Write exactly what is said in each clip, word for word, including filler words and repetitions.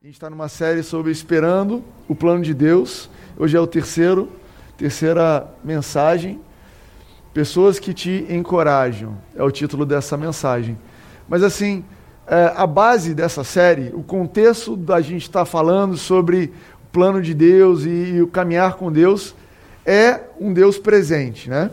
gente está numa série sobre esperando o plano de Deus. Hoje é o terceiro, terceira mensagem. Pessoas que te encorajam, é o título dessa mensagem. Mas assim, é, a base dessa série, o contexto da gente estar tá falando sobre o plano de Deus e, e o caminhar com Deus, é um Deus presente, né?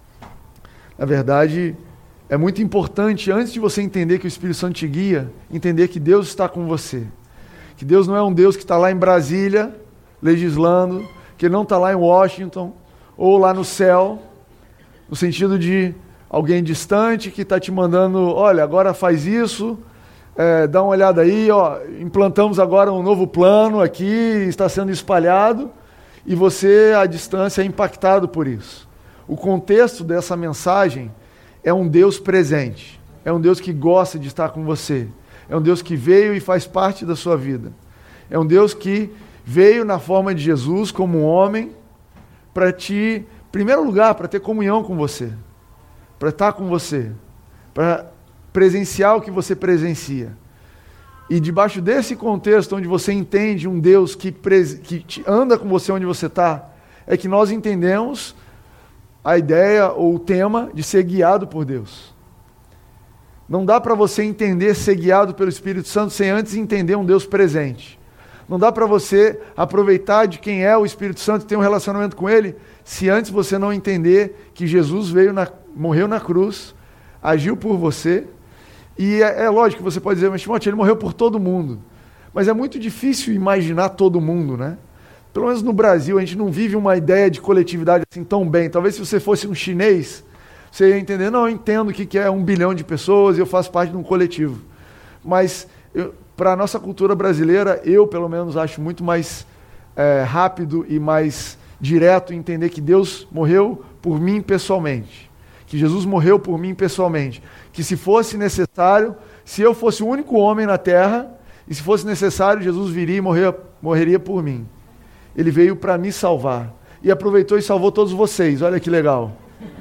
Na verdade, é muito importante, antes de você entender que o Espírito Santo te guia, entender que Deus está com você. Que Deus não é um Deus que está lá em Brasília, legislando, que Ele não está lá em Washington, ou lá no céu, no sentido de alguém distante que está te mandando, olha, agora faz isso, é, dá uma olhada aí, ó, implantamos agora um novo plano aqui, está sendo espalhado, e você, à distância, é impactado por isso. O contexto dessa mensagem é um Deus presente, é um Deus que gosta de estar com você, é um Deus que veio e faz parte da sua vida, é um Deus que veio na forma de Jesus como um homem para te, em primeiro lugar, para ter comunhão com você, para estar com você, para presenciar o que você presencia. E debaixo desse contexto onde você entende um Deus que, pres... que te anda com você onde você está, é que nós entendemos a ideia ou o tema de ser guiado por Deus. Não dá para você entender ser guiado pelo Espírito Santo sem antes entender um Deus presente. Não dá para você aproveitar de quem é o Espírito Santo e ter um relacionamento com Ele, se antes você não entender que Jesus veio na, morreu na cruz, agiu por você. E é, é lógico que você pode dizer, mas Timóteo, Ele morreu por todo mundo. Mas é muito difícil imaginar todo mundo, né? Pelo menos no Brasil, a gente não vive uma ideia de coletividade assim tão bem. Talvez se você fosse um chinês, você ia entender, não, eu entendo o que é um bilhão de pessoas e eu faço parte de um coletivo. Mas para a nossa cultura brasileira, eu pelo menos acho muito mais é, rápido e mais direto entender que Deus morreu por mim pessoalmente. Que Jesus morreu por mim pessoalmente. Que se fosse necessário, se eu fosse o único homem na terra, e se fosse necessário, Jesus viria e morrer, morreria por mim. Ele veio para me salvar. E aproveitou e salvou todos vocês. Olha que legal.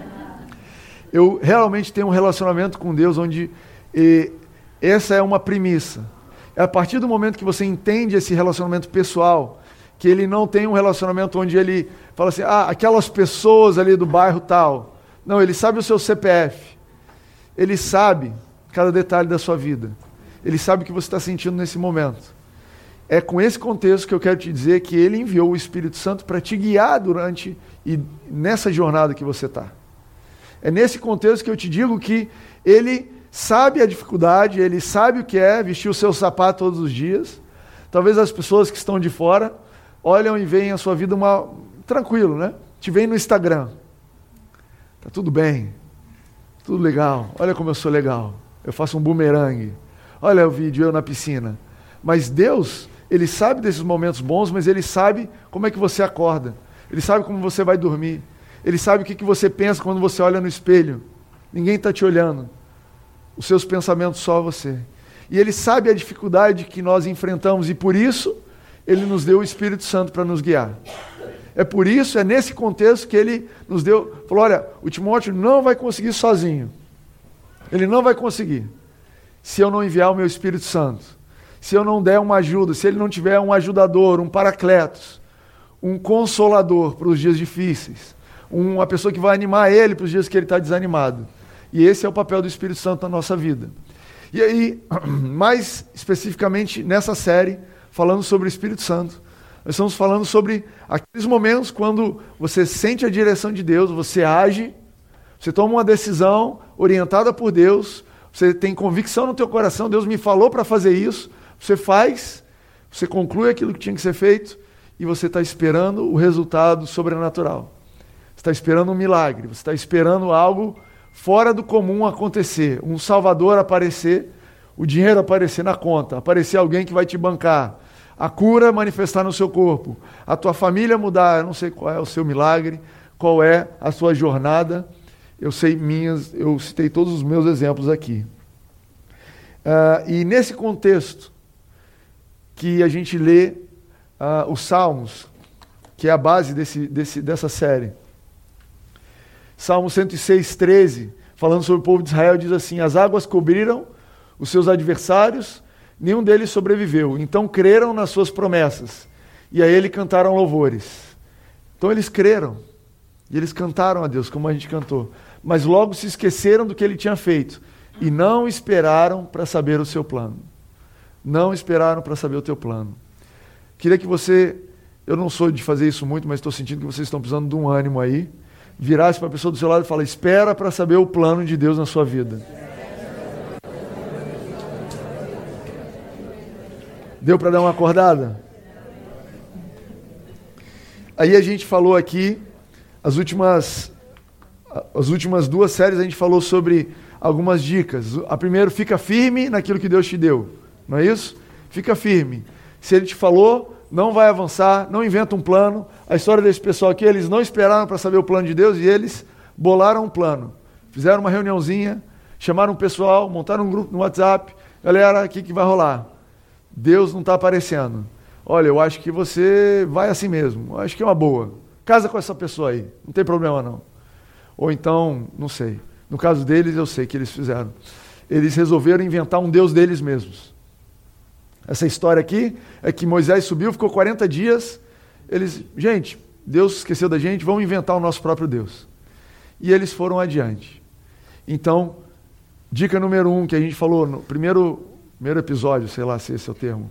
Eu realmente tenho um relacionamento com Deus onde e, essa é uma premissa. É a partir do momento que você entende esse relacionamento pessoal, que ele não tem um relacionamento onde ele fala assim, ah, aquelas pessoas ali do bairro tal. Não, ele sabe o seu C P F. Ele sabe cada detalhe da sua vida. Ele sabe o que você está sentindo nesse momento. É com esse contexto que eu quero te dizer que Ele enviou o Espírito Santo para te guiar durante e nessa jornada que você está. É nesse contexto que eu te digo que Ele sabe a dificuldade, Ele sabe o que é vestir o seu sapato todos os dias. Talvez as pessoas que estão de fora olham e veem a sua vida uma... tranquilo, né? Te veem no Instagram. Tá tudo bem, tudo legal. Olha como eu sou legal. Eu faço um bumerangue. Olha o vídeo, eu na piscina. Mas Deus... Ele sabe desses momentos bons, mas Ele sabe como é que você acorda. Ele sabe como você vai dormir. Ele sabe o que, que você pensa quando você olha no espelho. Ninguém está te olhando. Os seus pensamentos só você. E Ele sabe a dificuldade que nós enfrentamos e por isso Ele nos deu o Espírito Santo para nos guiar. É por isso, é nesse contexto que Ele nos deu... Falou, olha, o Timóteo não vai conseguir sozinho. Ele não vai conseguir se eu não enviar o meu Espírito Santo. Se eu não der uma ajuda, se ele não tiver um ajudador, um paracletos, um consolador para os dias difíceis, uma pessoa que vai animar ele para os dias que ele está desanimado. E esse é o papel do Espírito Santo na nossa vida. E aí, mais especificamente nessa série, falando sobre o Espírito Santo, nós estamos falando sobre aqueles momentos quando você sente a direção de Deus, você age, você toma uma decisão orientada por Deus, você tem convicção no teu coração, Deus me falou para fazer isso, você faz, você conclui aquilo que tinha que ser feito e você está esperando o resultado sobrenatural. Você está esperando um milagre, você está esperando algo fora do comum acontecer, um salvador aparecer, o dinheiro aparecer na conta, aparecer alguém que vai te bancar, a cura manifestar no seu corpo, a tua família mudar. Eu não sei qual é o seu milagre, qual é a sua jornada, eu sei minhas, eu citei todos os meus exemplos aqui. Uh, e nesse contexto, que a gente lê uh, os Salmos, que é a base desse, desse, dessa série. Salmo cento e seis, treze, falando sobre o povo de Israel, diz assim, as águas cobriram os seus adversários, nenhum deles sobreviveu. Então creram nas suas promessas. E a ele cantaram louvores. Então eles creram. E eles cantaram a Deus, como a gente cantou. Mas logo se esqueceram do que ele tinha feito. E não esperaram para saber o seu plano. Não esperaram para saber o teu plano. Queria que você, eu não sou de fazer isso muito, mas estou sentindo que vocês estão precisando de um ânimo aí. Virasse para a pessoa do seu lado e fala, espera para saber o plano de Deus na sua vida. Deu para dar uma acordada? Aí a gente falou aqui, as últimas, as últimas duas séries a gente falou sobre algumas dicas. A primeira, fica firme naquilo que Deus te deu. Não é isso? Fica firme. Se Ele te falou, não vai avançar, não inventa um plano. A história desse pessoal aqui, eles não esperaram para saber o plano de Deus e eles bolaram um plano. Fizeram uma reuniãozinha, chamaram o pessoal, montaram um grupo no WhatsApp. Galera, o que, que vai rolar? Deus não está aparecendo. Olha, eu acho que você vai assim mesmo. Eu acho que é uma boa. Casa com essa pessoa aí. Não tem problema não. Ou então, não sei. No caso deles, eu sei que eles fizeram. Eles resolveram inventar um Deus deles mesmos. Essa história aqui é que Moisés subiu, ficou quarenta dias. Eles, gente, Deus esqueceu da gente, vamos inventar o nosso próprio Deus. E eles foram adiante. Então, dica número um, que a gente falou no primeiro, primeiro episódio, sei lá se esse é o termo.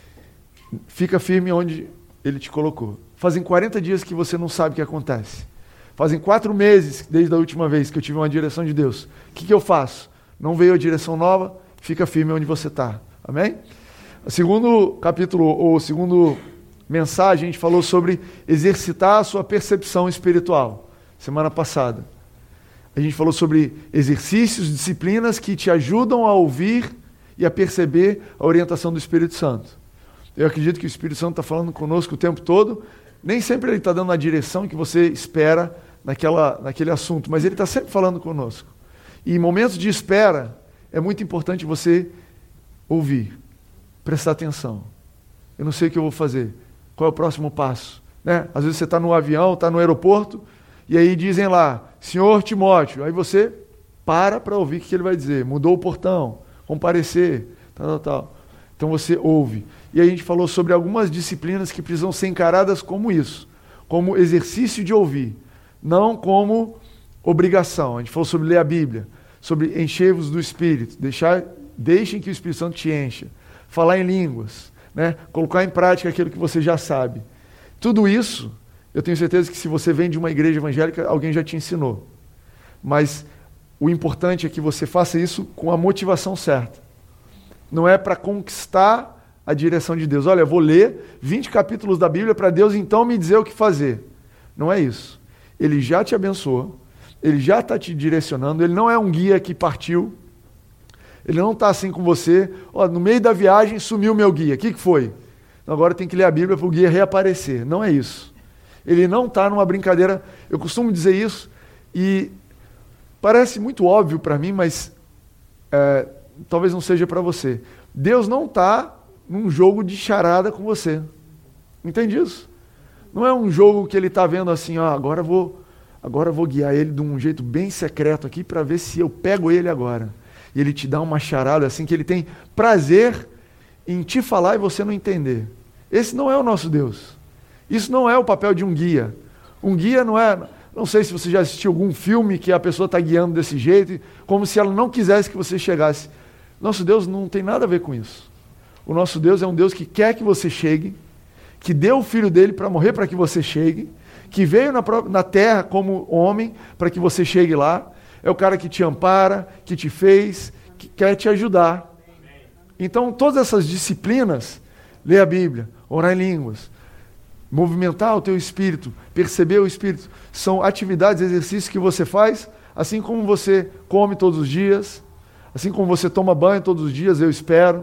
Fica firme onde Ele te colocou. Fazem quarenta dias que você não sabe o que acontece. Fazem quatro meses desde a última vez que eu tive uma direção de Deus. O que, que eu faço? Não veio a direção nova? Fica firme onde você está. Amém? O segundo capítulo, ou segundo mensagem, a gente falou sobre exercitar a sua percepção espiritual. Semana passada. A gente falou sobre exercícios, disciplinas que te ajudam a ouvir e a perceber a orientação do Espírito Santo. Eu acredito que o Espírito Santo está falando conosco o tempo todo. Nem sempre ele está dando a direção que você espera naquela, naquele assunto, mas ele está sempre falando conosco. E em momentos de espera, é muito importante você ouvir, prestar atenção. Eu não sei o que eu vou fazer. Qual é o próximo passo? Né? Às vezes você está no avião, está no aeroporto, e aí dizem lá, Senhor Timóteo. Aí você para para ouvir o que ele vai dizer. Mudou o portão, comparecer, tal, tal, tal. Então você ouve. E aí a gente falou sobre algumas disciplinas que precisam ser encaradas como isso, como exercício de ouvir, não como obrigação. A gente falou sobre ler a Bíblia, sobre encher-vos do Espírito, deixar, deixem que o Espírito Santo te encha, falar em línguas, né? Colocar em prática aquilo que você já sabe. Tudo isso, eu tenho certeza que se você vem de uma igreja evangélica, alguém já te ensinou. Mas o importante é que você faça isso com a motivação certa. Não é para conquistar a direção de Deus. Olha, eu vou ler vinte capítulos da Bíblia para Deus então me dizer o que fazer. Não é isso. Ele já te abençoou, Ele já está te direcionando, Ele não é um guia que partiu, Ele não está assim com você, ó, no meio da viagem sumiu o meu guia, o que, que foi? Então, agora tem que ler a Bíblia para o guia reaparecer. Não é isso. Ele não está numa brincadeira, eu costumo dizer isso, e parece muito óbvio para mim, mas é, talvez não seja para você. Deus não está num jogo de charada com você. Entende isso? Não é um jogo que ele está vendo assim, ó, agora vou, agora vou guiar ele de um jeito bem secreto aqui para ver se eu pego ele agora. E ele te dá uma charada assim que ele tem prazer em te falar e você não entender. Esse não é o nosso Deus. Isso não é o papel de um guia. Um guia não é... Não sei se você já assistiu algum filme que a pessoa está guiando desse jeito, como se ela não quisesse que você chegasse. Nosso Deus não tem nada a ver com isso. O nosso Deus é um Deus que quer que você chegue, que deu o Filho dele para morrer para que você chegue, que veio na, na terra como homem para que você chegue lá. É o cara que te ampara, que te fez, que quer te ajudar. Então, todas essas disciplinas, ler a Bíblia, orar em línguas, movimentar o teu espírito, perceber o espírito, são atividades, exercícios que você faz, assim como você come todos os dias, assim como você toma banho todos os dias, eu espero.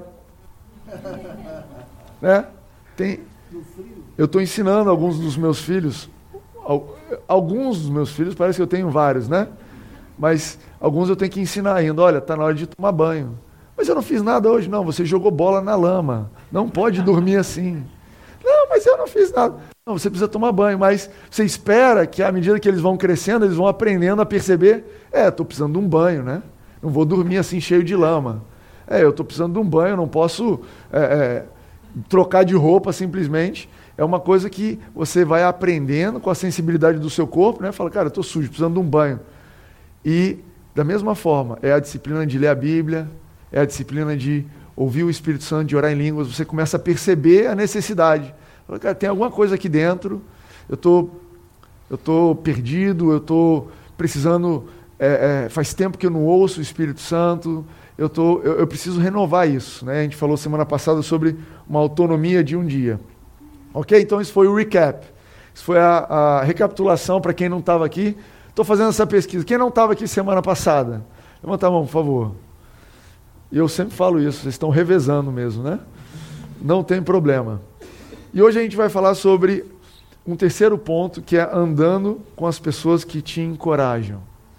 Né? Tem, eu estou ensinando alguns dos meus filhos, alguns dos meus filhos, parece que eu tenho vários, né? Mas alguns eu tenho que ensinar ainda, olha, está na hora de tomar banho. Mas eu não fiz nada hoje, não, você jogou bola na lama, não pode dormir assim. Não, mas eu não fiz nada. Não, você precisa tomar banho, mas você espera que à medida que eles vão crescendo, eles vão aprendendo a perceber, é, estou precisando de um banho, né? Não vou dormir assim cheio de lama. É, eu estou precisando de um banho, eu não posso é, é, trocar de roupa simplesmente. É uma coisa que você vai aprendendo com a sensibilidade do seu corpo, né? Fala, cara, eu estou sujo, precisando de um banho. E, da mesma forma, é a disciplina de ler a Bíblia, é a disciplina de ouvir o Espírito Santo, de orar em línguas. Você começa a perceber a necessidade. Fala, cara, tem alguma coisa aqui dentro, eu tô, eu tô perdido, eu estou precisando... É, é, faz tempo que eu não ouço o Espírito Santo, eu, tô, eu, eu preciso renovar isso, né? A gente falou semana passada sobre uma autonomia de um dia. Ok? Então isso foi o recap. Isso foi a, a recapitulação para quem não estava aqui. Estou fazendo essa pesquisa. Quem não estava aqui semana passada? Levanta a mão, por favor. E eu sempre falo isso, vocês estão revezando mesmo, né? Não tem problema. E hoje a gente vai falar sobre um terceiro ponto, que é andando com as pessoas que te encorajam.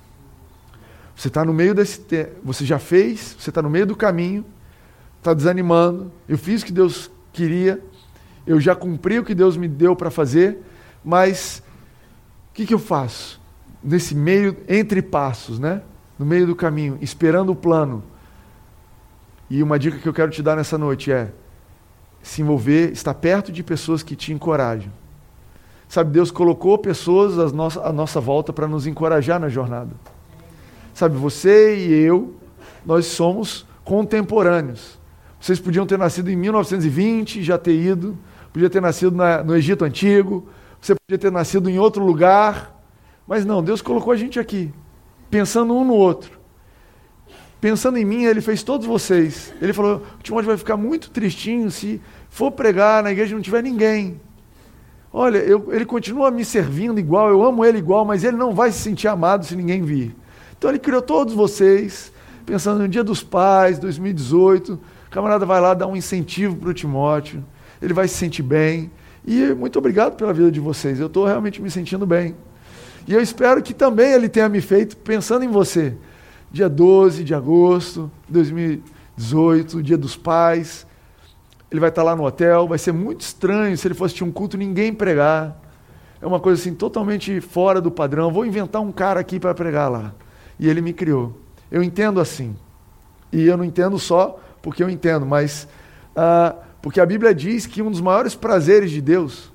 Você está no meio desse... Te... Você já fez, você está no meio do caminho, está desanimando, eu fiz o que Deus queria, eu já cumpri o que Deus me deu para fazer, mas o que, que eu faço? Nesse meio, entre passos, né? No meio do caminho, esperando o plano. E uma dica que eu quero te dar nessa noite é se envolver, estar perto de pessoas que te encorajam. Sabe, Deus colocou pessoas à nossa, à nossa volta para nos encorajar na jornada. Sabe, você e eu, nós somos contemporâneos. Vocês podiam ter nascido em mil novecentos e vinte, já ter ido, podia ter nascido na, no Egito Antigo, você podia ter nascido em outro lugar, mas não, Deus colocou a gente aqui, pensando um no outro. Pensando em mim, Ele fez todos vocês. Ele falou, o Timóteo vai ficar muito tristinho se for pregar na igreja e não tiver ninguém. Olha, eu, ele continua me servindo igual, eu amo ele igual, mas ele não vai se sentir amado se ninguém vir. Então ele criou todos vocês, pensando no Dia dos Pais, dois mil e dezoito, o camarada vai lá dar um incentivo para o Timóteo, ele vai se sentir bem, e muito obrigado pela vida de vocês, eu estou realmente me sentindo bem. E eu espero que também ele tenha me feito pensando em você. Dia doze de agosto de dois mil e dezoito, Dia dos Pais, ele vai estar lá no hotel, vai ser muito estranho se ele fosse assistir um culto e ninguém pregar. É uma coisa assim totalmente fora do padrão, vou inventar um cara aqui para pregar lá. E ele me criou. Eu entendo assim. E eu não entendo só porque eu entendo, mas uh, porque a Bíblia diz que um dos maiores prazeres de Deus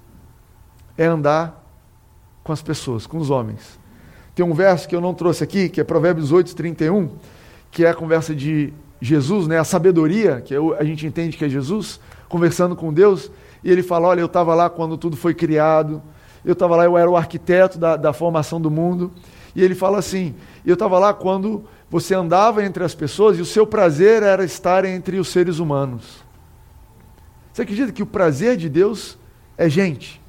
é andar com as pessoas, com os homens. Tem um verso que eu não trouxe aqui, que é Provérbios oito, trinta e um, que é a conversa de Jesus, né? A sabedoria, que a gente entende que é Jesus, conversando com Deus, e ele fala, olha, eu estava lá quando tudo foi criado, eu estava lá, eu era o arquiteto da, da formação do mundo, e ele fala assim, eu estava lá quando você andava entre as pessoas e o seu prazer era estar entre os seres humanos. Você acredita que o prazer de Deus é gente?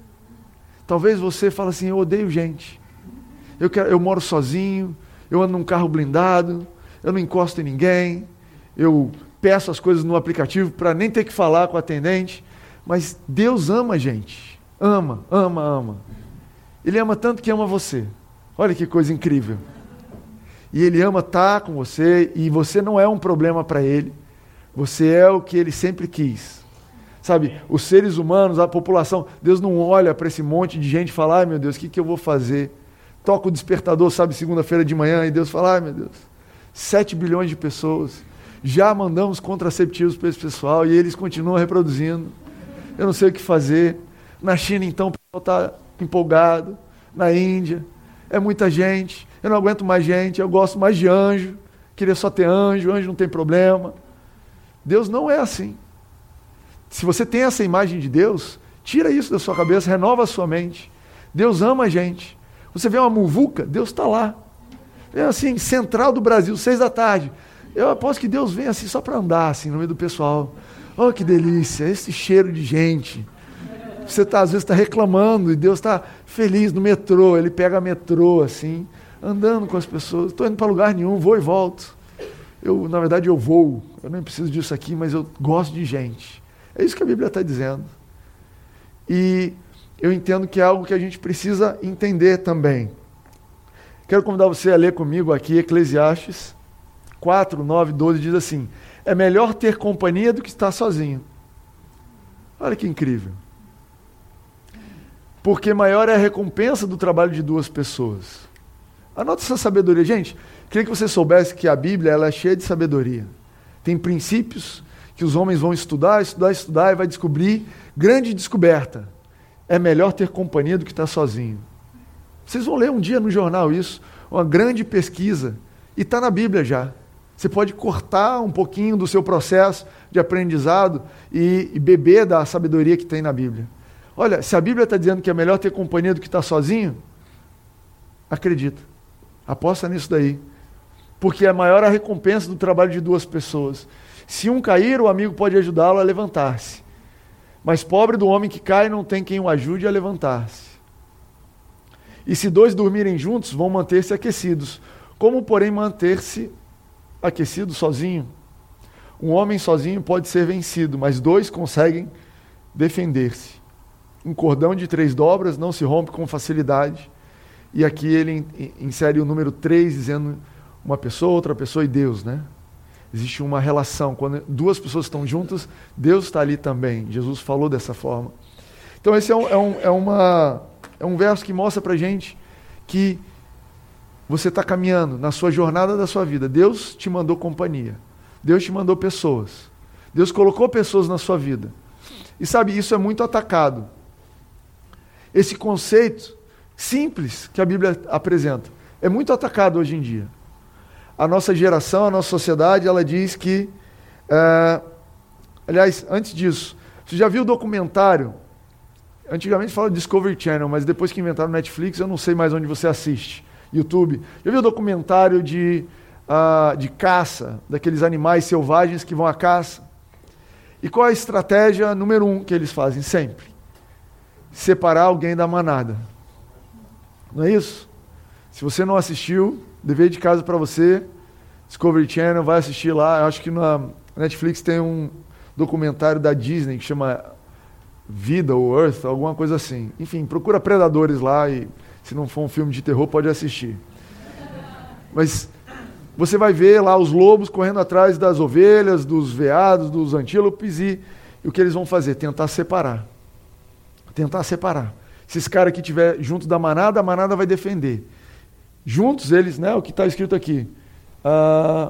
Talvez você fale assim, eu odeio gente. Eu, quero, eu moro sozinho, eu ando num carro blindado, eu não encosto em ninguém, eu peço as coisas no aplicativo para nem ter que falar com o atendente, mas Deus ama a gente. Ama, ama, ama. Ele ama tanto que ama você. Olha que coisa incrível. E Ele ama estar com você, e você não é um problema para Ele. Você é o que Ele sempre quis. Sabe, os seres humanos, a população, Deus não olha para esse monte de gente e fala, ai meu Deus, o que, que eu vou fazer? Toca o despertador, sabe, segunda-feira de manhã, e Deus fala, ai meu Deus, sete bilhões de pessoas, já mandamos contraceptivos para esse pessoal, e eles continuam reproduzindo. Eu não sei o que fazer. Na China, então, o pessoal está empolgado. Na Índia, é muita gente, eu não aguento mais gente, eu gosto mais de anjo, queria só ter anjo, anjo não tem problema. Deus não é assim. Se você tem essa imagem de Deus, tira isso da sua cabeça, renova a sua mente. Deus ama a gente. Você vê uma muvuca, Deus está lá. É assim, central do Brasil, seis da tarde. Eu aposto que Deus vem assim só para andar assim, no meio do pessoal. Oh, que delícia, esse cheiro de gente. Você tá, às vezes está reclamando e Deus está feliz no metrô. Ele pega metrô assim, andando com as pessoas. Estou indo para lugar nenhum, vou e volto. Eu, na verdade, eu vou. Eu nem preciso disso aqui, mas eu gosto de gente. É isso que a Bíblia está dizendo. E eu entendo que é algo que a gente precisa entender também. Quero convidar você a ler comigo aqui Eclesiastes quatro, nove, doze, diz assim, é melhor ter companhia do que estar sozinho. Olha que incrível. Porque maior é a recompensa do trabalho de duas pessoas. Anota essa sabedoria. Gente, queria que você soubesse que a Bíblia ela é cheia de sabedoria. tem princípios que os homens vão estudar, estudar, estudar e vai descobrir. Grande descoberta. É melhor ter companhia do que estar sozinho. Vocês vão ler um dia no jornal isso, uma grande pesquisa, e está na Bíblia já. Você pode cortar um pouquinho do seu processo de aprendizado e, e beber da sabedoria que tem na Bíblia. Olha, se a Bíblia está dizendo que é melhor ter companhia do que estar sozinho, acredita. Aposta nisso daí. Porque é maior a recompensa do trabalho de duas pessoas. Se um cair, o amigo pode ajudá-lo a levantar-se. Mas pobre do homem que cai, não tem quem o ajude a levantar-se. E se dois dormirem juntos, vão manter-se aquecidos. Como, porém, manter-se aquecido sozinho? Um homem sozinho pode ser vencido, mas dois conseguem defender-se. Um cordão de três dobras não se rompe com facilidade. E aqui ele insere o número três, dizendo uma pessoa, outra pessoa e Deus, né? Existe uma relação. Quando duas pessoas estão juntas, Deus está ali também. Jesus falou dessa forma. Então esse é um, é um, é uma, é um verso que mostra para a gente que você está caminhando na sua jornada da sua vida. Deus te mandou companhia. Deus te mandou pessoas. Deus colocou pessoas na sua vida. E sabe, isso é muito atacado. Esse conceito simples que a Bíblia apresenta é muito atacado hoje em dia. A nossa geração, a nossa sociedade, ela diz que... É, aliás, antes disso, você já viu o documentário? Antigamente falava Discovery Channel, mas depois que inventaram Netflix, eu não sei mais onde você assiste. YouTube. Já viu o documentário de, uh, de caça, daqueles animais selvagens que vão à caça? E qual é a estratégia número um que eles fazem sempre? Separar alguém da manada. Não é isso? Se você não assistiu, dever de casa para você, Discovery Channel, vai assistir lá. Eu acho que na Netflix tem um documentário da Disney que chama Vida ou Earth, alguma coisa assim. Enfim, procura Predadores lá e se não for um filme de terror, pode assistir. Mas você vai ver lá os lobos correndo atrás das ovelhas, dos veados, dos antílopes e, e o que eles vão fazer? Tentar separar. Tentar separar. Se esse cara aqui estiver junto da manada, a manada vai defender. Juntos eles, né, o que está escrito aqui. Uh,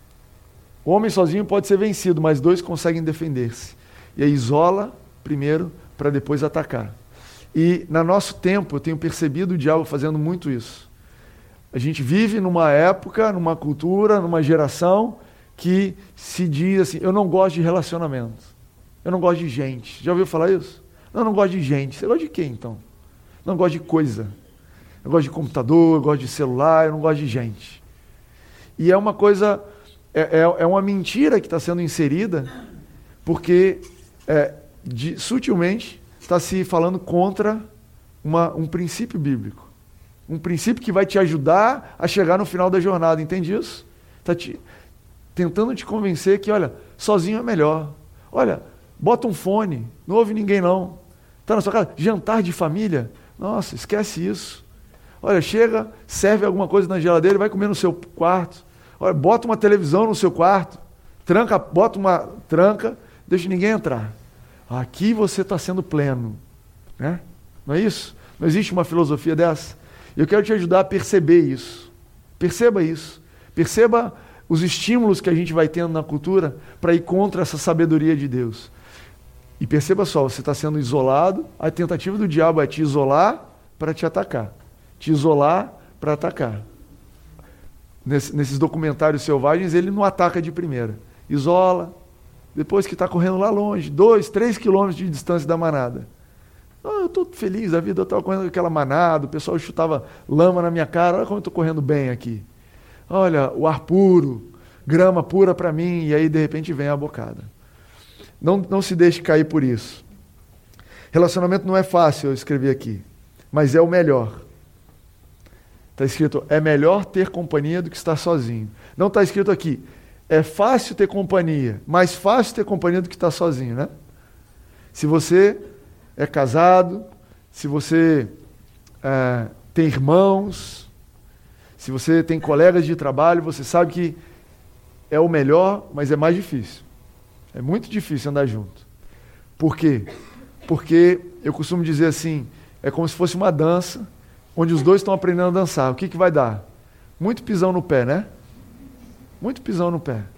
o homem sozinho pode ser vencido, mas dois conseguem defender-se. E aí isola primeiro para depois atacar. E no nosso tempo, eu tenho percebido o diabo fazendo muito isso. A gente vive numa época, numa cultura, numa geração que se diz assim, eu não gosto de relacionamento. Eu não gosto de gente. Já ouviu falar isso? Não, eu não gosto de gente. Você gosta de quê, então? Não gosto de coisa. Eu gosto de computador, eu gosto de celular, eu não gosto de gente. E é uma coisa, é, é, é uma mentira que está sendo inserida, porque é, de, sutilmente está se falando contra uma, um princípio bíblico. Um princípio que vai te ajudar a chegar no final da jornada, entende isso? Está te, tentando te convencer que, olha, sozinho é melhor. Olha, bota um fone, não ouve ninguém não. Está na sua casa, jantar de família, nossa, esquece isso. Olha, chega, serve alguma coisa na geladeira, vai comer no seu quarto. Olha, bota uma televisão no seu quarto, tranca, bota uma tranca, deixa ninguém entrar. Aqui você está sendo pleno, né? Não é isso? Não existe uma filosofia dessa? Eu quero te ajudar a perceber isso. Perceba isso. Perceba os estímulos que a gente vai tendo na cultura para ir contra essa sabedoria de Deus. E perceba só, você está sendo isolado, a tentativa do diabo é te isolar para te atacar. Te isolar para atacar. Nesse, nesses documentários selvagens, ele não ataca de primeira. Isola, depois que está correndo lá longe, dois, três quilômetros de distância da manada. Oh, eu estou feliz da vida, eu estava correndo com aquela manada, o pessoal chutava lama na minha cara, olha como eu estou correndo bem aqui. Olha, o ar puro, grama pura para mim, e aí de repente vem a bocada. Não, não se deixe cair por isso. Relacionamento não é fácil, eu escrevi aqui, mas é o melhor. Está escrito, é melhor ter companhia do que estar sozinho. Não está escrito aqui, é fácil ter companhia, mais fácil ter companhia do que estar sozinho, né? Se você é casado, se você é, tem irmãos, se você tem colegas de trabalho, você sabe que é o melhor, mas é mais difícil. É muito difícil andar junto. Por quê? Porque eu costumo dizer assim, é como se fosse uma dança, onde os dois estão aprendendo a dançar. O que, que vai dar? Muito pisão no pé, né? Muito pisão no pé.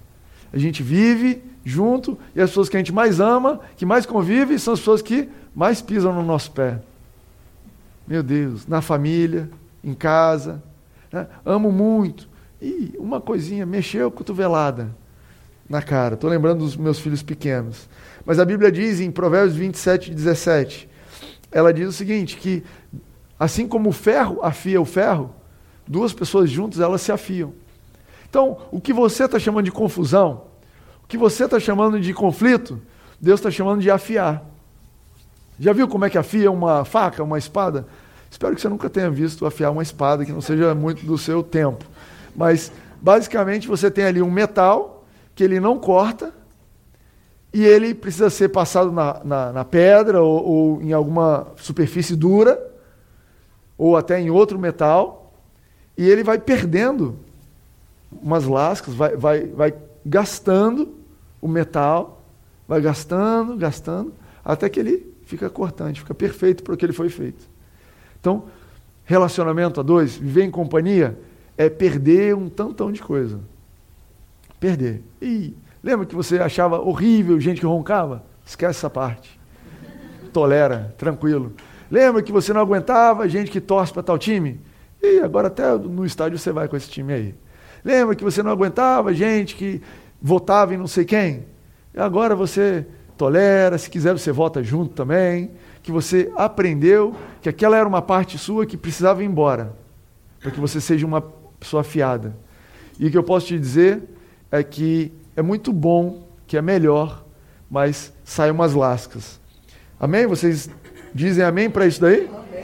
A gente vive junto e as pessoas que a gente mais ama, que mais convive, são as pessoas que mais pisam no nosso pé. Meu Deus, na família, em casa, né? Amo muito. E uma coisinha, mexeu cotovelada na cara. Estou lembrando dos meus filhos pequenos. Mas a Bíblia diz em Provérbios vinte e sete, dezessete, ela diz o seguinte, que assim como o ferro afia o ferro, duas pessoas juntas, elas se afiam. Então, o que você está chamando de confusão, o que você está chamando de conflito, Deus está chamando de afiar. Já viu como é que afia uma faca, uma espada? Espero que você nunca tenha visto afiar uma espada, que não seja muito do seu tempo. Mas, basicamente, você tem ali um metal que ele não corta e ele precisa ser passado na, na, na pedra ou, ou em alguma superfície dura ou até em outro metal e ele vai perdendo umas lascas, vai, vai, vai gastando o metal, vai gastando, gastando, até que ele fica cortante, fica perfeito para o que ele foi feito. Então, relacionamento a dois, viver em companhia, é perder um tantão de coisa. Perder. E lembra que você achava horrível gente que roncava? Esquece essa parte. Tolera, tranquilo. Lembra que você não aguentava gente que torce para tal time? E agora até no estádio você vai com esse time aí. Lembra que você não aguentava gente que votava em não sei quem? E agora você tolera, se quiser você vota junto também, que você aprendeu que aquela era uma parte sua que precisava ir embora, para que você seja uma pessoa afiada. E o que eu posso te dizer é que é muito bom, que é melhor, mas saem umas lascas. Amém? Vocês dizem amém para isso daí? Amém.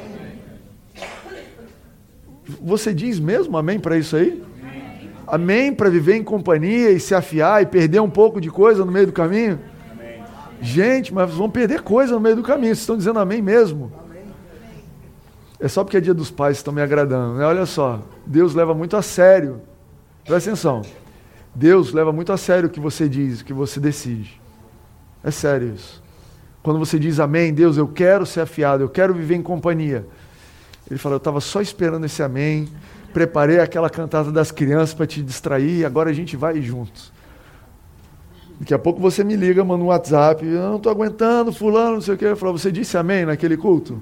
Você diz mesmo amém para isso aí? Amém, amém para viver em companhia e se afiar e perder um pouco de coisa no meio do caminho? Amém. Gente, mas vão perder coisa no meio do caminho. Vocês estão dizendo amém mesmo? Amém. É só porque é dia dos pais que estão me agradando, né? Olha só, Deus leva muito a sério. Presta atenção. Deus leva muito a sério o que você diz, o que você decide. É sério isso. Quando você diz amém, Deus, eu quero ser afiado, eu quero viver em companhia. Ele fala, eu estava só esperando esse amém, preparei aquela cantada das crianças para te distrair, e agora a gente vai juntos. Daqui a pouco você me liga, manda um WhatsApp, eu não estou aguentando, fulano, não sei o quê. Eu falo, você disse amém naquele culto?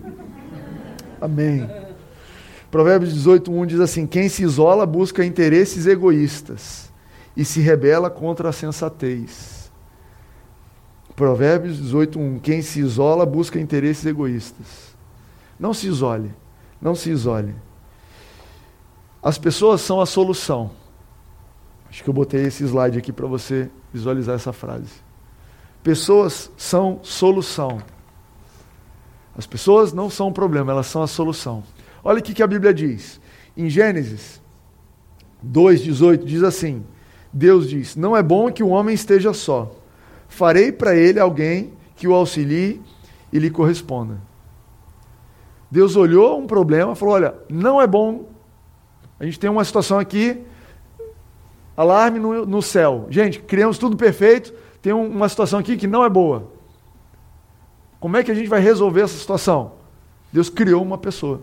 Amém. Provérbios dezoito, um diz assim, quem se isola busca interesses egoístas e se rebela contra a sensatez. Provérbios dezoito, um, quem se isola busca interesses egoístas. Não se isole, não se isole. As pessoas são a solução. Acho que eu botei esse slide aqui para você visualizar essa frase. Pessoas são solução. As pessoas não são o problema, elas são a solução. Olha o que a Bíblia diz. Em Gênesis dois, dezoito, diz assim, Deus diz, não é bom que o homem esteja só. Farei para ele alguém que o auxilie e lhe corresponda. Deus olhou um problema e falou, olha, não é bom. A gente tem uma situação aqui, alarme no, no céu. Gente, criamos tudo perfeito, tem um, uma situação aqui que não é boa. Como é que a gente vai resolver essa situação? Deus criou uma pessoa.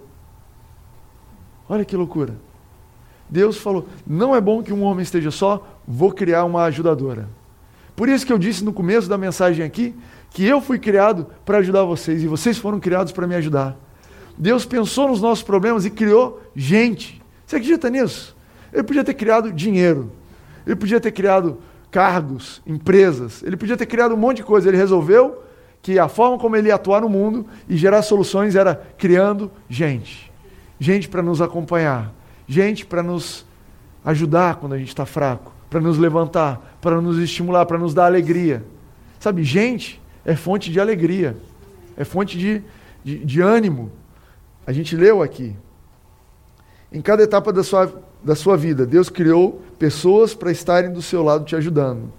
Olha que loucura. Deus falou, não é bom que um homem esteja só, vou criar uma ajudadora. Por isso que eu disse no começo da mensagem aqui, que eu fui criado para ajudar vocês, e vocês foram criados para me ajudar. Deus pensou nos nossos problemas e criou gente. Você acredita nisso? Ele podia ter criado dinheiro, ele podia ter criado cargos, empresas, ele podia ter criado um monte de coisa. Ele resolveu que a forma como ele ia atuar no mundo e gerar soluções era criando gente. Gente para nos acompanhar, gente para nos ajudar quando a gente está fraco, para nos levantar, para nos estimular, para nos dar alegria. Sabe, gente é fonte de alegria, é fonte de, de, de ânimo. A gente leu aqui. Em cada etapa da sua, da sua vida, Deus criou pessoas para estarem do seu lado te ajudando.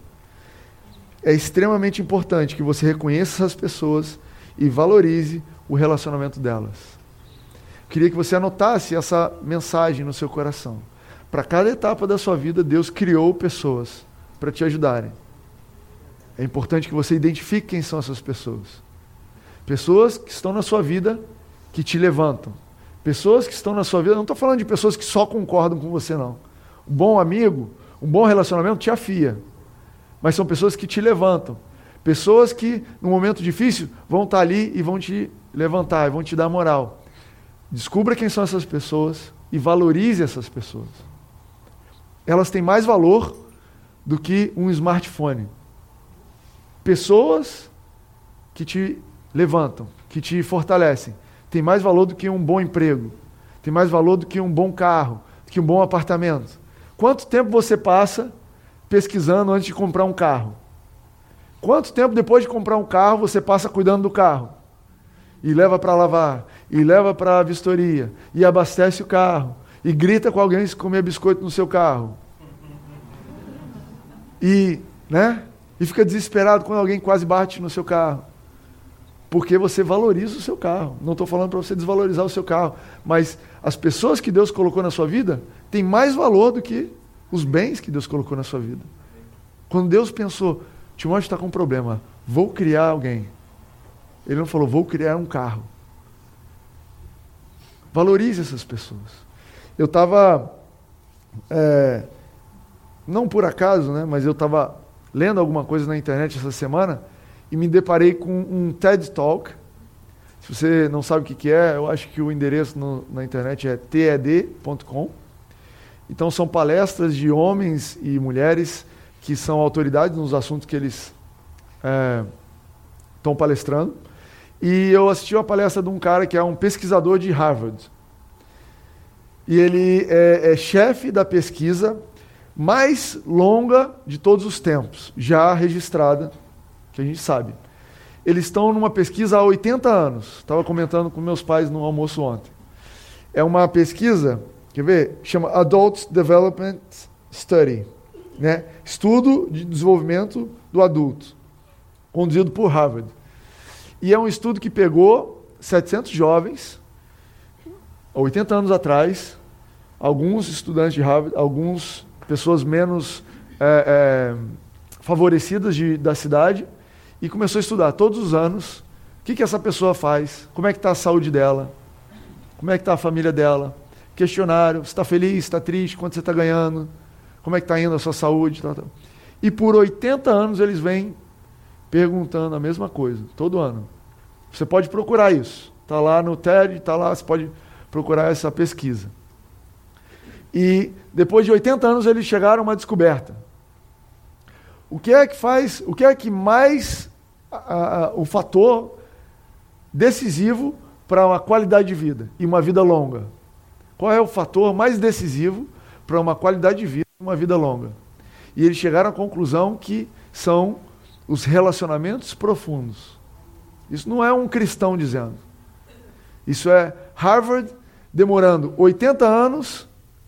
É extremamente importante que você reconheça essas pessoas e valorize o relacionamento delas. Queria que você anotasse essa mensagem no seu coração. Para cada etapa da sua vida, Deus criou pessoas para te ajudarem. É importante que você identifique quem são essas pessoas. Pessoas que estão na sua vida, que te levantam. Pessoas que estão na sua vida, não estou falando de pessoas que só concordam com você, não. Um bom amigo, um bom relacionamento te afia. mas são pessoas que te levantam. Pessoas que, no momento difícil, vão estar ali e vão te levantar, vão te dar moral. Descubra quem são essas pessoas e valorize essas pessoas. Elas têm mais valor do que um smartphone. Pessoas que te levantam, que te fortalecem, têm mais valor do que um bom emprego, tem mais valor do que um bom carro, do que um bom apartamento. Quanto tempo você passa pesquisando antes de comprar um carro? Quanto tempo depois de comprar um carro você passa cuidando do carro? E leva para lavar, e leva para a vistoria, e abastece o carro, e grita com alguém se comer biscoito no seu carro. E, né? E fica desesperado quando alguém quase bate no seu carro. Porque você valoriza o seu carro. Não estou falando para você desvalorizar o seu carro, mas as pessoas que Deus colocou na sua vida têm mais valor do que os bens que Deus colocou na sua vida. Quando Deus pensou, Timóteo está com um problema, vou criar alguém. Ele não falou, vou criar um carro. Valorize essas pessoas. Eu estava, é, não por acaso, né, mas eu estava lendo alguma coisa na internet essa semana e me deparei com um TED Talk. Se você não sabe o que, que é, eu acho que o endereço no, na internet é T E D ponto com. Então são palestras de homens e mulheres que são autoridades nos assuntos que eles estão é, palestrando. E eu assisti uma palestra de um cara que é um pesquisador de Harvard. E ele é, é chefe da pesquisa mais longa de todos os tempos, já registrada, que a gente sabe. Eles estão numa pesquisa há oitenta anos. Estava comentando com meus pais no almoço ontem. É uma pesquisa, quer ver? Chama Adult Development Study, né? Estudo de desenvolvimento do adulto, conduzido por Harvard. E é um estudo que pegou setecentos jovens, há oitenta anos atrás, alguns estudantes de Harvard, algumas pessoas menos é, é, favorecidas de, da cidade, e começou a estudar todos os anos o que, que essa pessoa faz, como é que está a saúde dela, como é que está a família dela, questionário, se está feliz, se está triste, quanto você está ganhando, como é que está indo a sua saúde. Tal, tal. E por oitenta anos eles vêm perguntando a mesma coisa, todo ano. Você pode procurar isso. Está lá no TED, está lá, você pode procurar essa pesquisa. E depois de oitenta anos eles chegaram a uma descoberta. O que é que faz, o que é que mais, a, a, o fator decisivo para uma qualidade de vida e uma vida longa? Qual é o fator mais decisivo para uma qualidade de vida e uma vida longa? E eles chegaram à conclusão que são os relacionamentos profundos. Isso não é um cristão dizendo. Isso é Harvard demorando oitenta anos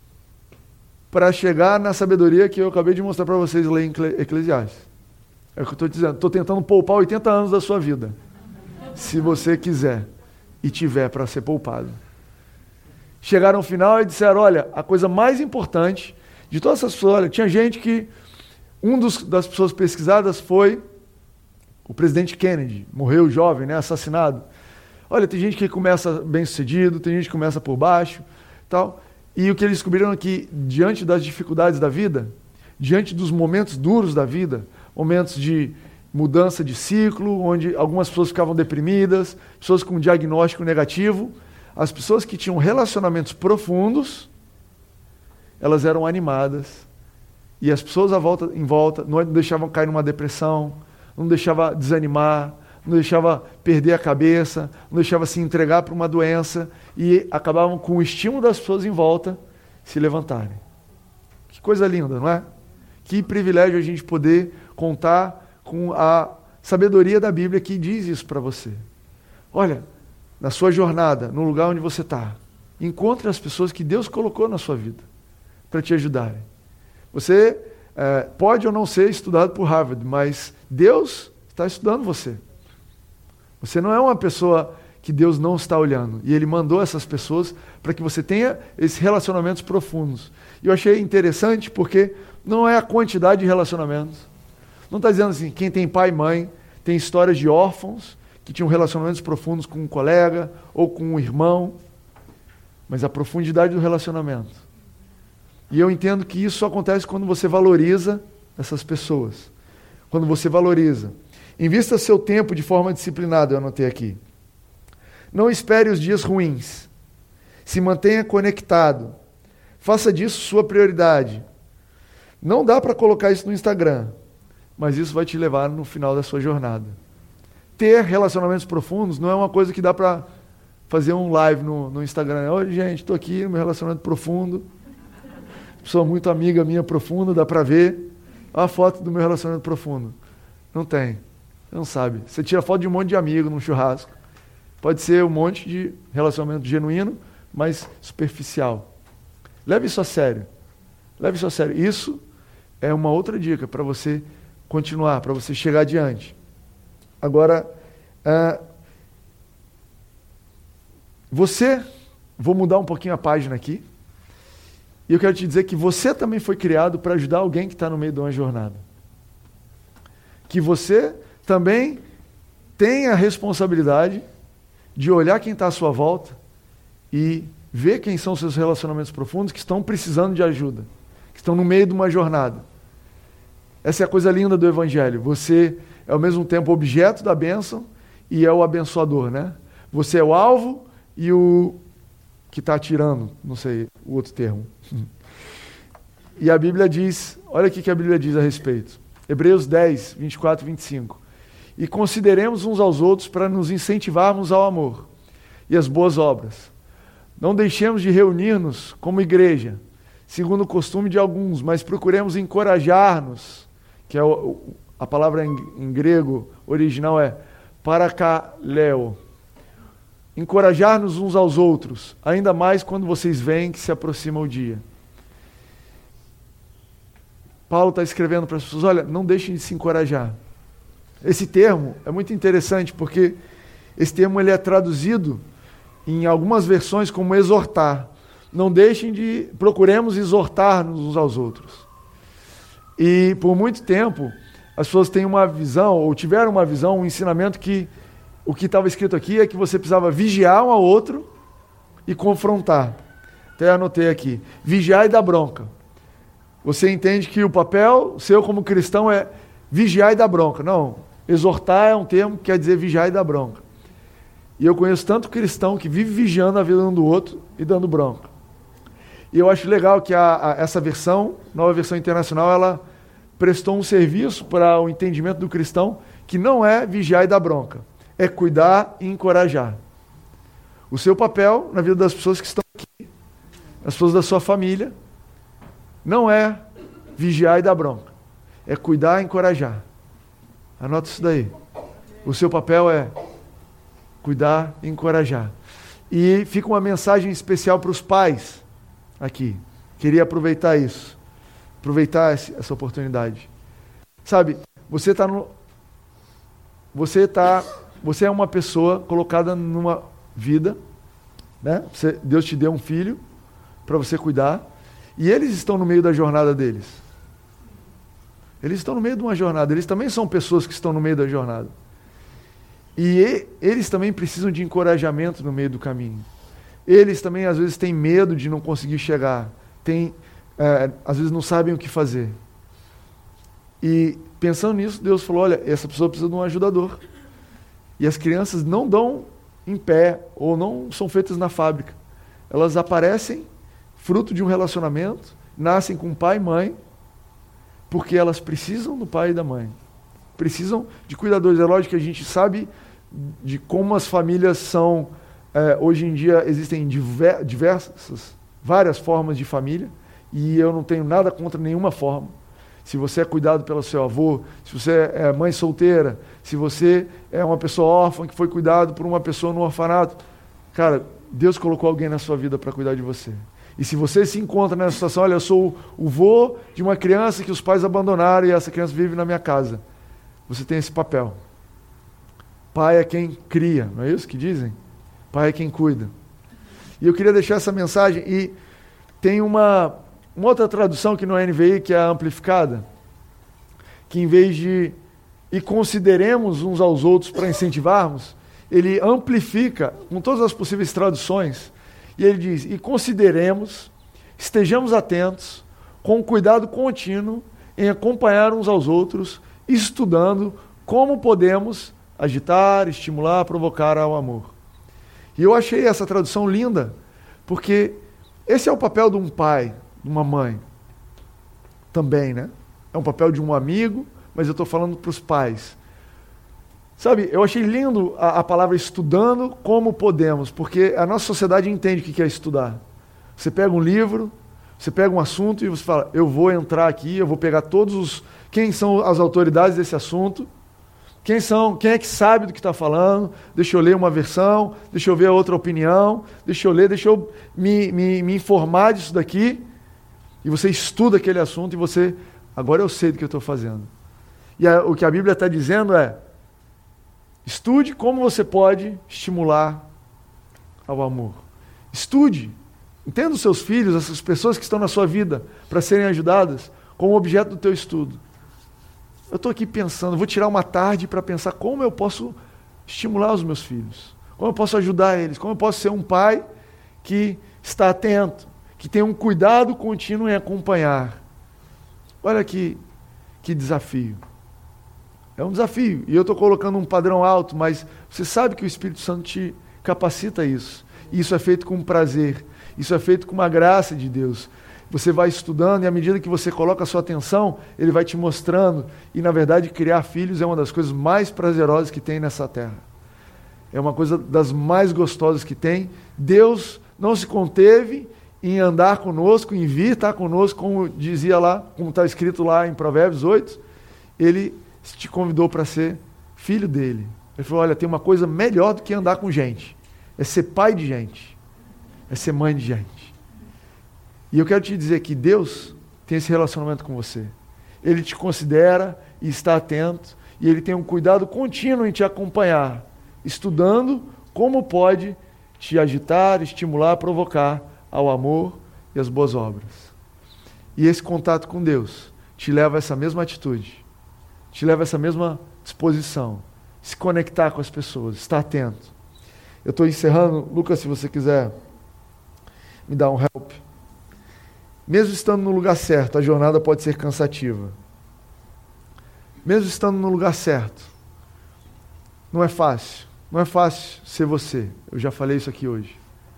para chegar na sabedoria que eu acabei de mostrar para vocês lá em Eclesiastes. É o que eu estou dizendo. Estou tentando poupar oitenta anos da sua vida. Se você quiser e tiver para ser poupado. Chegaram ao final e disseram, olha, a coisa mais importante de todas essas pessoas, olha, tinha gente que, um dos, das pessoas pesquisadas foi o presidente Kennedy, morreu jovem, né, assassinado. Olha, tem gente que começa bem sucedido, tem gente que começa por baixo, tal. E o que eles descobriram é que, diante das dificuldades da vida, diante dos momentos duros da vida, momentos de mudança de ciclo, onde algumas pessoas ficavam deprimidas, pessoas com diagnóstico negativo, as pessoas que tinham relacionamentos profundos, elas eram animadas. E as pessoas à volta, em volta não deixavam cair numa depressão, não deixavam desanimar, não deixava perder a cabeça, não deixava se entregar para uma doença e acabavam com o estímulo das pessoas em volta se levantarem. Que coisa linda, não é? Que privilégio a gente poder contar com a sabedoria da Bíblia que diz isso para você. Olha, na sua jornada, no lugar onde você está, encontre as pessoas que Deus colocou na sua vida para te ajudarem. Você é, pode ou não ser estudado por Harvard, mas Deus está estudando você. Você não é uma pessoa que Deus não está olhando. E Ele mandou essas pessoas para que você tenha esses relacionamentos profundos. E eu achei interessante porque não é a quantidade de relacionamentos. Não está dizendo assim, quem tem pai e mãe, tem histórias de órfãos que tinham relacionamentos profundos com um colega ou com um irmão. Mas a profundidade do relacionamento. E eu entendo que isso só acontece quando você valoriza essas pessoas. quando você valoriza. Invista seu tempo de forma disciplinada, eu anotei aqui. Não espere os dias ruins. Se mantenha conectado. Faça disso sua prioridade. Não dá para colocar isso no Instagram, mas isso vai te levar no final da sua jornada. Ter relacionamentos profundos não é uma coisa que dá para fazer um live no, no Instagram. Oi, gente, estou aqui no meu relacionamento profundo. Pessoa muito amiga minha profunda, dá para ver. Olha a foto do meu relacionamento profundo. Não tem. Você não sabe. Você tira foto de um monte de amigo num churrasco. Pode ser um monte de relacionamento genuíno, mas superficial. Leve isso a sério. Leve isso a sério. Isso é uma outra dica para você continuar, para você chegar adiante. Agora, uh, você, vou mudar um pouquinho a página aqui, e eu quero te dizer que você também foi criado para ajudar alguém que está no meio de uma jornada. Que você também tem a responsabilidade de olhar quem está à sua volta e ver quem são seus relacionamentos profundos que estão precisando de ajuda, que estão no meio de uma jornada. Essa é a coisa linda do Evangelho. Você é ao mesmo tempo objeto da bênção e é o abençoador, né? Você é o alvo e o que está atirando, não sei o outro termo. E a Bíblia diz, olha o que a Bíblia diz a respeito. Hebreus dez, vinte e quatro e vinte e cinco. E consideremos uns aos outros para nos incentivarmos ao amor e às boas obras. Não deixemos de reunir-nos como igreja, segundo o costume de alguns, mas procuremos encorajar-nos, que é o, a palavra em, em grego original é parakaleo. Encorajar-nos uns aos outros, ainda mais quando vocês veem que se aproxima o dia. Paulo está escrevendo para as pessoas, olha, não deixem de se encorajar. Esse termo é muito interessante, porque esse termo ele é traduzido em algumas versões como exortar. Não deixem de, procuremos exortar-nos uns aos outros. E por muito tempo, as pessoas têm uma visão, ou tiveram uma visão, um ensinamento que o que estava escrito aqui é que você precisava vigiar um ao outro e confrontar. Até anotei aqui, vigiar e dar bronca. Você entende que o papel seu como cristão é vigiar e dar bronca. Não, exortar é um termo que quer dizer vigiar e dar bronca. E eu conheço tanto cristão que vive vigiando a vida um do outro e dando bronca. E eu acho legal que a, a, essa versão, nova versão internacional, ela prestou um serviço para o entendimento do cristão que não é vigiar e dar bronca, é cuidar e encorajar. O seu papel na vida das pessoas que estão aqui, as pessoas da sua família, não é vigiar e dar bronca, é cuidar e encorajar. Anota isso daí. O seu papel é cuidar e encorajar. E fica uma mensagem especial para os pais aqui. Queria aproveitar isso. Aproveitar essa oportunidade. Sabe, você está no... Você tá... Você é uma pessoa colocada numa vida, né? Você, Deus te deu um filho para você cuidar. E eles estão no meio da jornada deles. Eles estão no meio de uma jornada. Eles também são pessoas que estão no meio da jornada. E eles também precisam de encorajamento no meio do caminho. Eles também, às vezes, têm medo de não conseguir chegar. Tem, é, às vezes, não sabem o que fazer. E, pensando nisso, Deus falou, olha, essa pessoa precisa de um ajudador. E as crianças não dão em pé, ou não são feitas na fábrica. Elas aparecem fruto de um relacionamento, nascem com pai e mãe, porque elas precisam do pai e da mãe. Precisam de cuidadores. É lógico que a gente sabe de como as famílias são... É, hoje em dia existem diver, diversas, várias formas de família, e eu não tenho nada contra nenhuma forma. Se você é cuidado pelo seu avô, se você é mãe solteira, se você é uma pessoa órfã que foi cuidado por uma pessoa no orfanato, cara, Deus colocou alguém na sua vida para cuidar de você. E se você se encontra nessa situação, olha, eu sou o vô de uma criança que os pais abandonaram e essa criança vive na minha casa. Você tem esse papel. Pai é quem cria, não é isso que dizem? Pai é quem cuida. E eu queria deixar essa mensagem, e tem uma, uma outra tradução que não é N V I, que é a amplificada, que em vez de e consideremos uns aos outros para incentivarmos, ele amplifica com todas as possíveis traduções, e ele diz, e consideremos, estejamos atentos, com cuidado contínuo, em acompanhar uns aos outros estudando como podemos agitar, estimular, provocar ao amor. E eu achei essa tradução linda, porque esse é o papel de um pai, de uma mãe. Também, né? É um papel de um amigo, mas eu estou falando para os pais. Sabe, eu achei lindo a, a palavra estudando como podemos, porque a nossa sociedade entende o que é estudar. Você pega um livro, você pega um assunto e você fala, eu vou entrar aqui, eu vou pegar todos os... Quem são as autoridades desse assunto? Quem são, quem é que sabe do que está falando? Deixa eu ler uma versão, deixa eu ver a outra opinião, deixa eu ler, deixa eu me, me, me informar disso daqui. E você estuda aquele assunto e você, agora eu sei do que eu estou fazendo. E a, o que a Bíblia está dizendo é, estude como você pode estimular ao amor. Estude, entenda os seus filhos, essas pessoas que estão na sua vida, para serem ajudadas, como objeto do teu estudo. Eu estou aqui pensando, vou tirar uma tarde para pensar como eu posso estimular os meus filhos, como eu posso ajudar eles, como eu posso ser um pai que está atento, que tem um cuidado contínuo em acompanhar. Olha que, que desafio. É um desafio, e eu estou colocando um padrão alto, mas você sabe que o Espírito Santo te capacita a isso. E isso é feito com prazer, isso é feito com uma graça de Deus. Você vai estudando e à medida que você coloca a sua atenção, ele vai te mostrando. E na verdade criar filhos é uma das coisas mais prazerosas que tem nessa terra. É uma coisa das mais gostosas que tem. Deus não se conteve em andar conosco, em vir estar conosco, como dizia lá, como está escrito lá em Provérbios oito. Ele te convidou para ser filho dele. Ele falou, olha, tem uma coisa melhor do que andar com gente. É ser pai de gente. É ser mãe de gente. E eu quero te dizer que Deus tem esse relacionamento com você. Ele te considera e está atento, e Ele tem um cuidado contínuo em te acompanhar, estudando como pode te agitar, estimular, provocar ao amor e às boas obras. E esse contato com Deus te leva a essa mesma atitude, te leva a essa mesma disposição, se conectar com as pessoas, estar atento. Eu estou encerrando, Lucas, se você quiser me dar um help. Mesmo estando no lugar certo, a jornada pode ser cansativa. Mesmo estando no lugar certo, não é fácil. Não é fácil ser você. Eu já falei isso aqui hoje.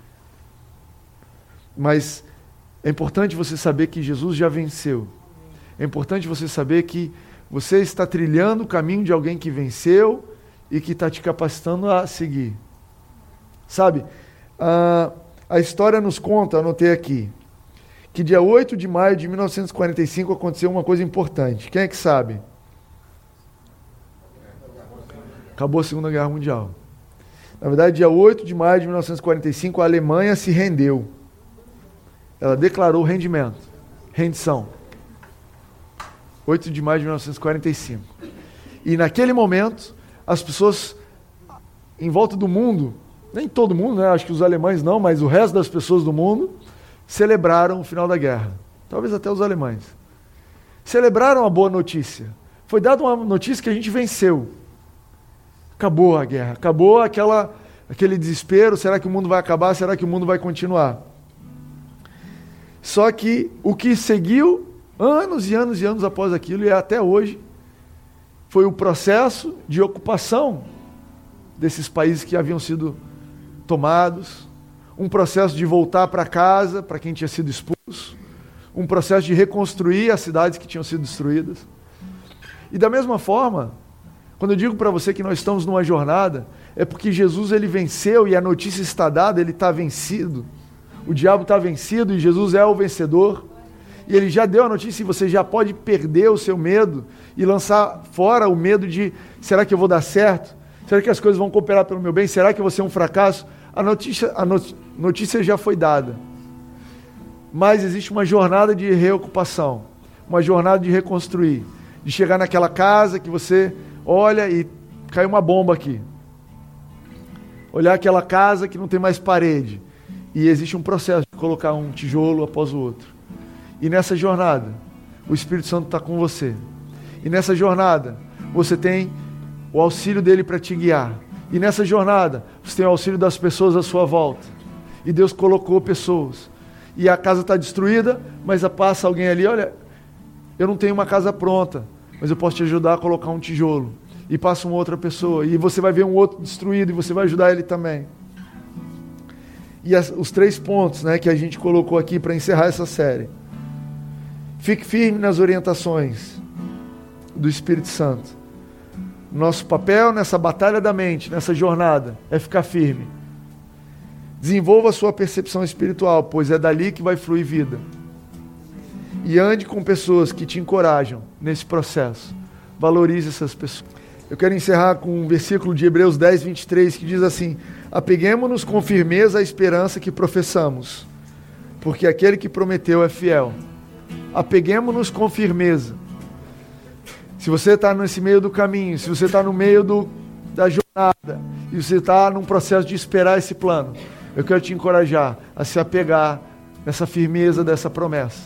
Mas é importante você saber que Jesus já venceu. É importante você saber que você está trilhando o caminho de alguém que venceu e que está te capacitando a seguir. Sabe, a, a história nos conta, anotei aqui, que dia oito de maio de mil novecentos e quarenta e cinco aconteceu uma coisa importante. Quem é que sabe? Acabou a Segunda Guerra Mundial. Na verdade, dia oito de maio de mil novecentos e quarenta e cinco, a Alemanha se rendeu. Ela declarou rendimento, rendição. oito de maio de mil novecentos e quarenta e cinco. E naquele momento, as pessoas em volta do mundo, nem todo mundo, né? Acho que os alemães não, mas o resto das pessoas do mundo, celebraram o final da guerra. Talvez até os alemães. Celebraram a boa notícia. Foi dada uma notícia que a gente venceu. Acabou a guerra. Acabou aquela, aquele desespero. Será que o mundo vai acabar? Será que o mundo vai continuar? Só que o que seguiu, anos e anos e anos após aquilo, e até hoje, foi o processo de ocupação desses países que haviam sido tomados, um processo de voltar para casa, para quem tinha sido expulso, um processo de reconstruir as cidades que tinham sido destruídas. E da mesma forma, quando eu digo para você que nós estamos numa jornada, é porque Jesus ele venceu e a notícia está dada, ele está vencido. O diabo está vencido e Jesus é o vencedor. E ele já deu a notícia e você já pode perder o seu medo e lançar fora o medo de, será que eu vou dar certo? Será que as coisas vão cooperar pelo meu bem? Será que eu vou ser um fracasso? A notícia, a notícia já foi dada. Mas existe uma jornada de reocupação, uma jornada de reconstruir, de chegar naquela casa que você olha e cai uma bomba aqui. Olhar aquela casa que não tem mais parede. E existe um processo de colocar um tijolo após o outro. E nessa jornada, o Espírito Santo está com você. E nessa jornada, você tem o auxílio dele para te guiar. E nessa jornada, você tem o auxílio das pessoas à sua volta. E Deus colocou pessoas. E a casa está destruída, mas passa alguém ali, olha, eu não tenho uma casa pronta, mas eu posso te ajudar a colocar um tijolo. E passa uma outra pessoa, e você vai ver um outro destruído, e você vai ajudar ele também. E as, os três pontos, né, que a gente colocou aqui para encerrar essa série. Fique firme nas orientações do Espírito Santo. Nosso papel nessa batalha da mente, nessa jornada, é ficar firme. Desenvolva a sua percepção espiritual, pois é dali que vai fluir vida. E ande com pessoas que te encorajam nesse processo. Valorize essas pessoas. Eu quero encerrar com um versículo de Hebreus dez, vinte e três, que diz assim: apeguemo-nos com firmeza à esperança que professamos, porque aquele que prometeu é fiel. Apeguemo-nos com firmeza. Se você está nesse meio do caminho, se você está no meio do, da jornada, e você está num processo de esperar esse plano, eu quero te encorajar a se apegar nessa firmeza dessa promessa.